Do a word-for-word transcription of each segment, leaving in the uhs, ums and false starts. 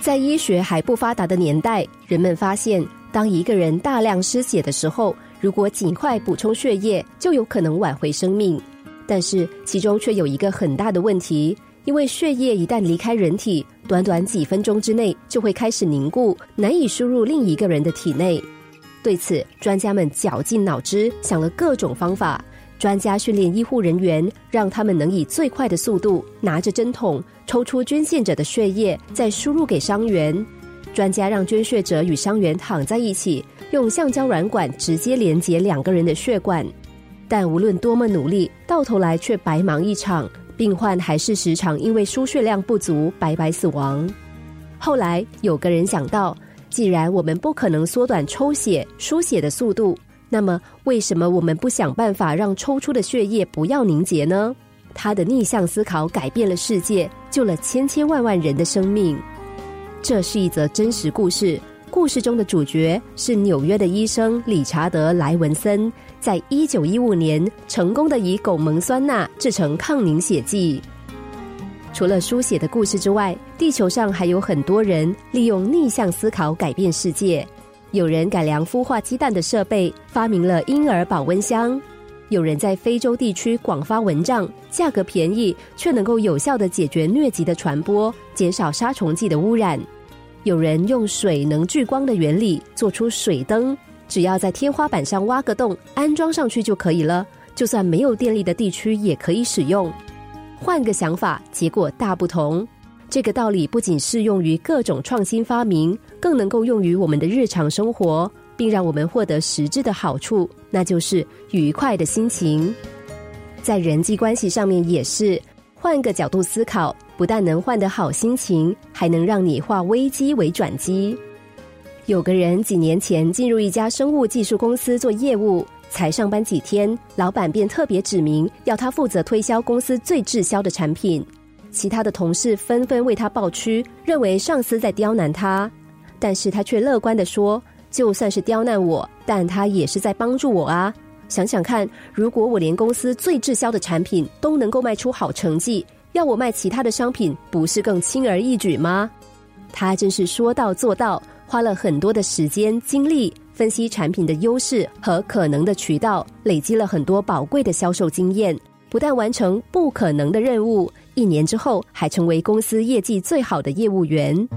在医学还不发达的年代，人们发现当一个人大量失血的时候，如果尽快补充血液，就有可能挽回生命。但是其中却有一个很大的问题，因为血液一旦离开人体，短短几分钟之内就会开始凝固，难以输入另一个人的体内。对此，专家们绞尽脑汁想了各种方法。专家训练医护人员，让他们能以最快的速度拿着针筒抽出捐献者的血液，再输入给伤员。专家让捐血者与伤员躺在一起，用橡胶软管直接连接两个人的血管。但无论多么努力，到头来却白忙一场，病患还是时常因为输血量不足白白死亡。后来有个人想到，既然我们不可能缩短抽血输血的速度，那么为什么我们不想办法让抽出的血液不要凝结呢？他的逆向思考改变了世界，救了千千万万人的生命。这是一则真实故事，故事中的主角是纽约的医生理查德·莱文森，在一九一五年成功的以枸蒙酸钠制成抗凝血剂。除了输血的故事之外，地球上还有很多人利用逆向思考改变世界。有人改良孵化鸡蛋的设备，发明了婴儿保温箱；有人在非洲地区广发蚊帐，价格便宜却能够有效地解决疟疾的传播，减少杀虫剂的污染；有人用水能聚光的原理做出水灯，只要在天花板上挖个洞，安装上去就可以了，就算没有电力的地区也可以使用。换个想法，结果大不同。这个道理不仅适用于各种创新发明，更能够用于我们的日常生活，并让我们获得实质的好处，那就是愉快的心情。在人际关系上面也是，换个角度思考，不但能换得好心情，还能让你化危机为转机。有个人几年前进入一家生物技术公司做业务，才上班几天，老板便特别指明要他负责推销公司最滞销的产品。其他的同事纷纷为他抱屈，认为上司在刁难他，但是他却乐观地说，就算是刁难我，但他也是在帮助我啊。想想看，如果我连公司最滞销的产品都能够卖出好成绩，要我卖其他的商品，不是更轻而易举吗？他真是说到做到，花了很多的时间精力，分析产品的优势和可能的渠道，累积了很多宝贵的销售经验，不但完成不可能的任务，一年之后还成为公司业绩最好的业务员。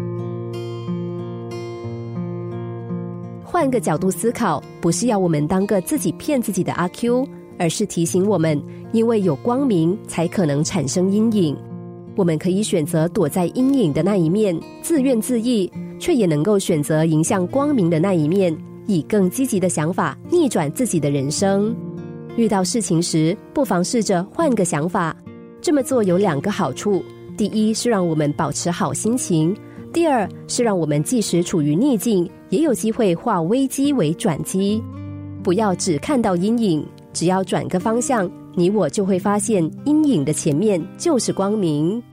换个角度思考，不是要我们当个自己骗自己的阿 Q， 而是提醒我们，因为有光明才可能产生阴影。我们可以选择躲在阴影的那一面，自怨自艾，却也能够选择迎向光明的那一面，以更积极的想法逆转自己的人生。遇到事情时，不妨试着换个想法。这么做有两个好处，第一是让我们保持好心情，第二是让我们即使处于逆境，也有机会化危机为转机。不要只看到阴影，只要转个方向，你我就会发现阴影的前面就是光明。